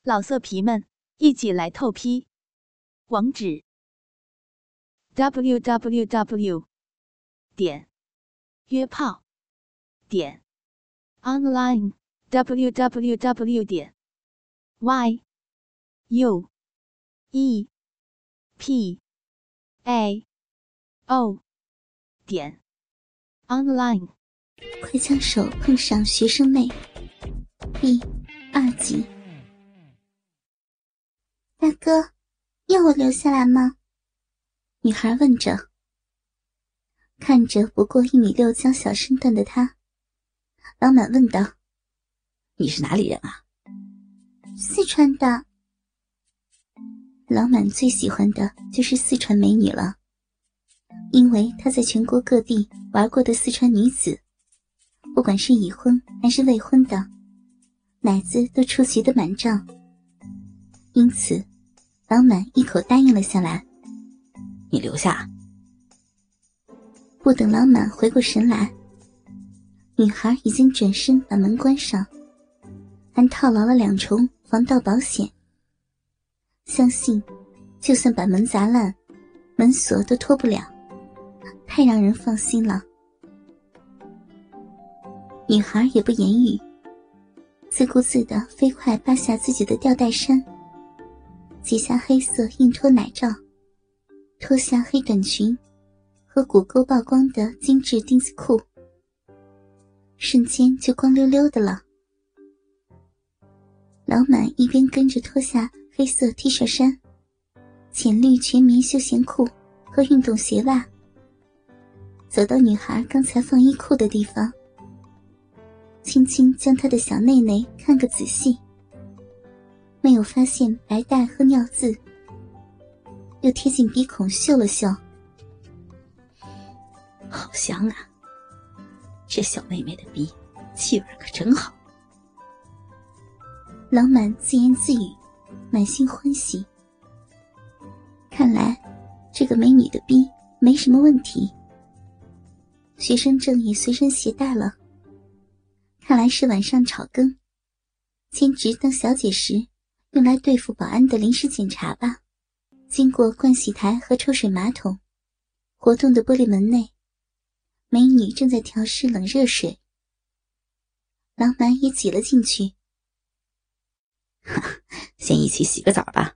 老色皮们，一起来透批！网址 www.约炮online www.yuepao.online。 快将手碰上学生妹第2集。大哥，要我留下来吗？女孩问着。看着不过1.6米娇小身段的她，老满问道： 你是哪里人啊？ 四川的。老满最喜欢的就是四川美女了，因为他在全国各地玩过的四川女子，不管是已婚还是未婚的，奶子都出奇的满胀。因此老满一口答应了下来。 你留下。 不等老满回过神来，女孩已经转身把门关上，还套牢了2重防盗保险。相信就算把门砸烂，门锁都脱不了，太让人放心了。女孩也不言语，自顾自地飞快扒下自己的吊带衫，解下黑色硬托奶罩，脱下黑短裙和骨沟曝光的精致丁字裤，瞬间就光溜溜的了。老满一边跟着脱下黑色 T 恤衫、浅绿全棉休闲裤和运动鞋袜，走到女孩刚才放衣裤的地方，轻轻将她的小内内看个仔细，没有发现白带和尿渍，又贴近鼻孔嗅了嗅。 好香啊，这小妹妹的鼻气味可真好。 老满自言自语，满心欢喜。看来这个美女的逼没什么问题，学生证也随身携带了，看来是晚上炒更，兼职当小姐时用来对付保安的临时检查吧。经过盥洗台和抽水马桶，活动的玻璃门内，美女正在调试冷热水。老满也挤了进去。 先一起洗个澡吧。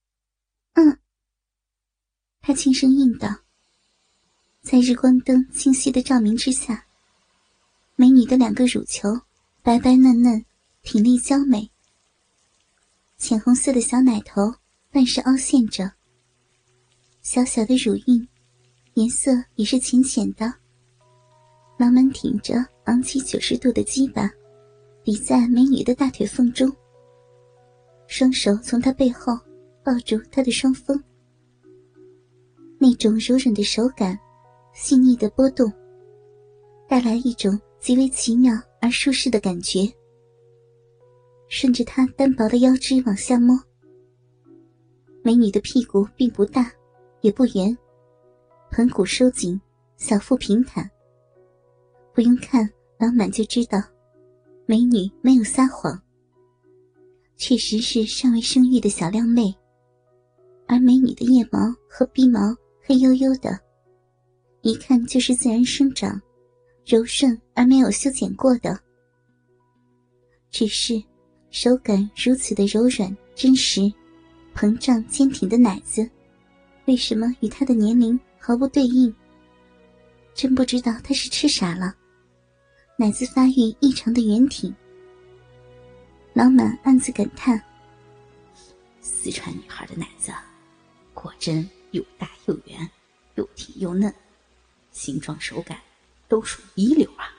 他轻声应道。在日光灯清晰的照明之下，美女的2个乳球白白嫩嫩，挺立娇美，浅红色的小奶头半是凹陷着，小小的乳晕颜色也是浅浅的。老满挺着昂起90度的鸡巴抵在美女的大腿缝中，双手从她背后抱住她的双峰，那种柔软的手感，细腻的波动，带来一种极为奇妙而舒适的感觉。顺着她单薄的腰肢往下摸，美女的屁股并不大也不圆，盆骨收紧，小腹平坦。不用看老满就知道，美女没有撒谎，确实是尚未生育的小靓妹。而美女的腋毛和逼毛黑黝黝的，一看就是自然生长，柔顺而没有修剪过的。只是手感如此的柔软真实，膨胀坚挺的奶子，为什么与她的年龄毫不对应？真不知道她是吃啥了，奶子发育异常的圆挺。老满暗自感叹， 四川女孩的奶子果真又大又圆，又挺又嫩，形状手感都属一流啊。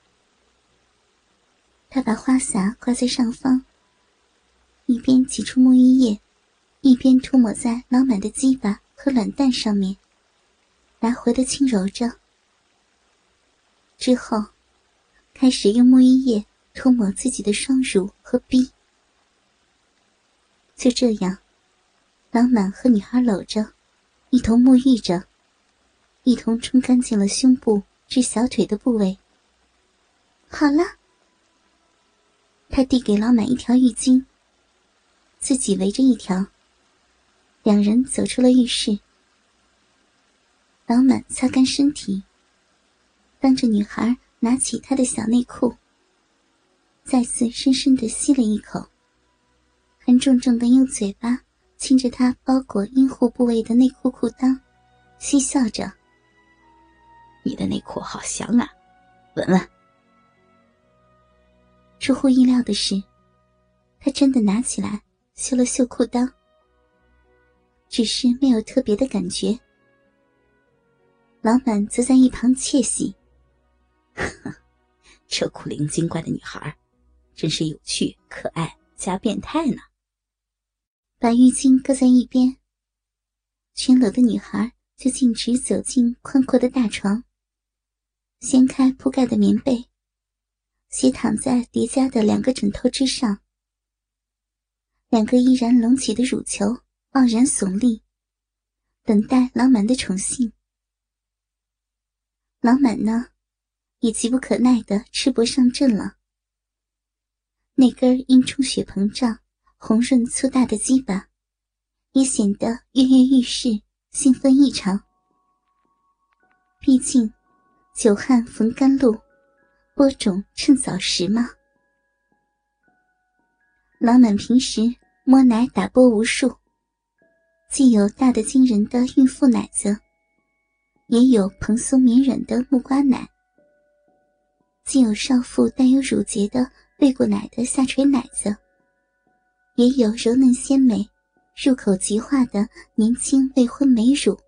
他把花洒挂在上方，一边挤出沐浴液，一边涂抹在老满的鸡巴和卵蛋上面，来回的轻揉着。之后开始用沐浴液涂抹自己的双乳和逼。就这样，老满和女孩搂着，一同沐浴着，一同冲干净了胸部至小腿的部位。好了，他递给老满一条浴巾， 自己围着一条。两人走出了浴室。老满擦干身体，当着女孩拿起她的小内裤，再次深深地吸了一口，还重重地用嘴巴亲着她包裹阴户部位的内裤裤裆，嬉笑着：“ 你的内裤好香啊，闻闻。” 出乎意料的是，他真的拿起来嗅了嗅裤裆，只是没有特别的感觉。老满则在一旁窃喜：“ 这古灵精怪的女孩，真是有趣、可爱加变态呢。” 把浴巾搁在一边，全裸的女孩就径直走进宽阔的大床，掀开铺盖的棉被，斜躺在叠加的两个枕头之上，两个依然隆起的乳球傲然耸立，等待老满的宠幸。老满呢，也急不可耐地赤膊上阵了。那根因充血膨胀、红润粗大的鸡巴，也显得跃跃欲试，兴奋异常。毕竟，久旱逢甘露，播种趁早时嘛。老满平时摸奶打波无数，既有大得惊人的孕妇奶子，也有蓬松绵软的木瓜奶，既有少妇带有乳结的喂过奶的下垂奶子，也有柔嫩鲜美、入口即化的年轻未婚美乳。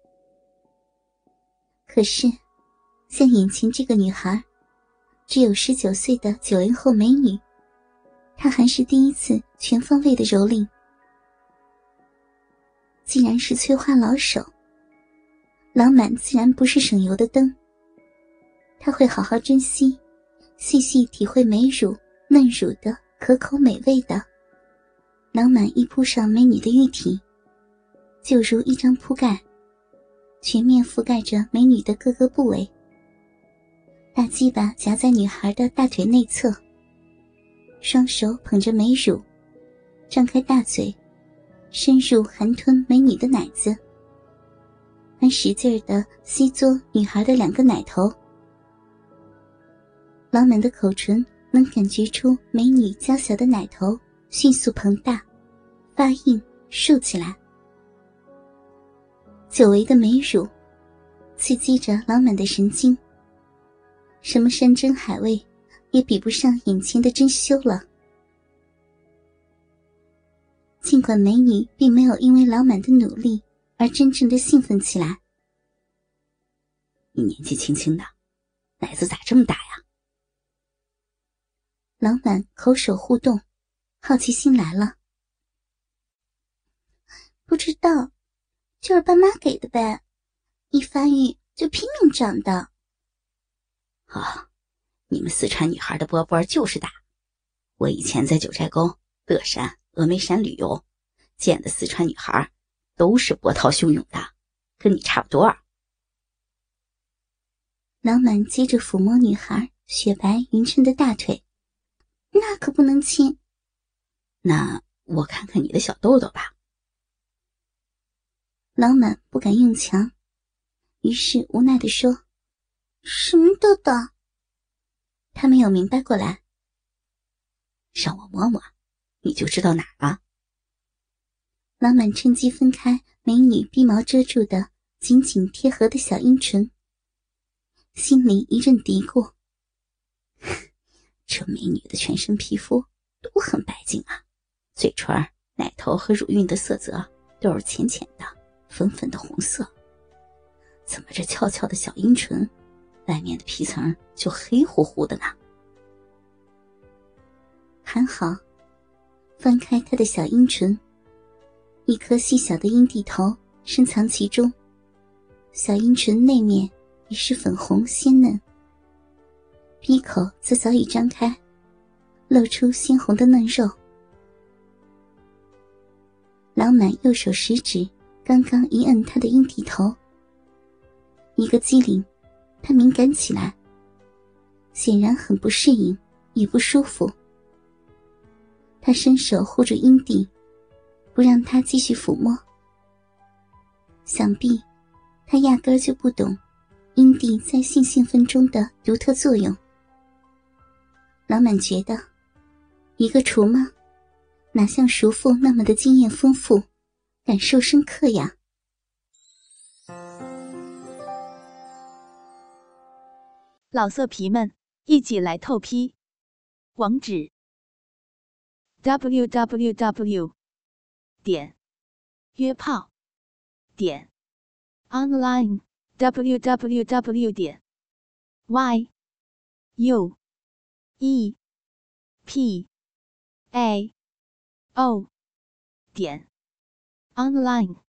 可是，像眼前这个女孩，只有19岁的90后美女，她还是第一次全方位的蹂躏。既然是催花老手，老满自然不是省油的灯，他会好好珍惜，细细体会美乳嫩乳的可口美味的。老满一扑上美女的玉体，就如一张铺盖，全面覆盖着美女的各个部位。大鸡巴夹在女孩的大腿内侧，双手捧着美乳，张开大嘴，深入含吞美女的奶子，还使劲地吸嘬女孩的两个奶头。老满的口唇能感觉出美女娇小的奶头迅速膨大、发硬、竖起来。久违的美乳刺激着老满的神经，什么山珍海味也比不上眼前的珍馐了。尽管美女并没有因为老满的努力而真正的兴奋起来。 你年纪轻轻的，奶子咋这么大呀？ 老满口手互动，好奇心来了。不知道，就是爸妈给的呗，一发育就拼命长的。 你们四川女孩的波波就是大。我以前在九寨沟、乐山、峨眉山旅游，见的四川女孩都是波涛汹涌的，跟你差不多。 老满接着抚摸女孩雪白匀称的大腿，那可不能亲。 那我看看你的小豆豆吧。 老满不敢用强，于是无奈地说：“什么豆豆？”他没有明白过来。 让我摸摸，你就知道哪儿了。 老满趁机分开美女逼毛遮住的紧紧贴合的小阴唇，心里一阵嘀咕： 这美女的全身皮肤都很白净啊，嘴唇、奶头和乳晕的色泽都是浅浅的、粉粉的红色，怎么这翘翘的小阴唇外面的皮层就黑乎乎的呢？ 还好，翻开她的小阴唇，一颗细小的阴蒂头深藏其中，小阴唇内面也是粉红鲜嫩，鼻口则早已张开，露出鲜红的嫩肉。老满右手食指刚刚一摁她的阴蒂头，一个机灵，她敏感起来，显然很不适应，也不舒服。他伸手护住阴蒂， 不让他继续抚摸。想必他压根儿就不懂阴蒂在性兴奋中的独特作用。老满觉得，一个厨妈哪像叔父那么的经验丰富，感受深刻呀。 老色皮们，一起来透批！网址 www.约炮.online www.yuepao.online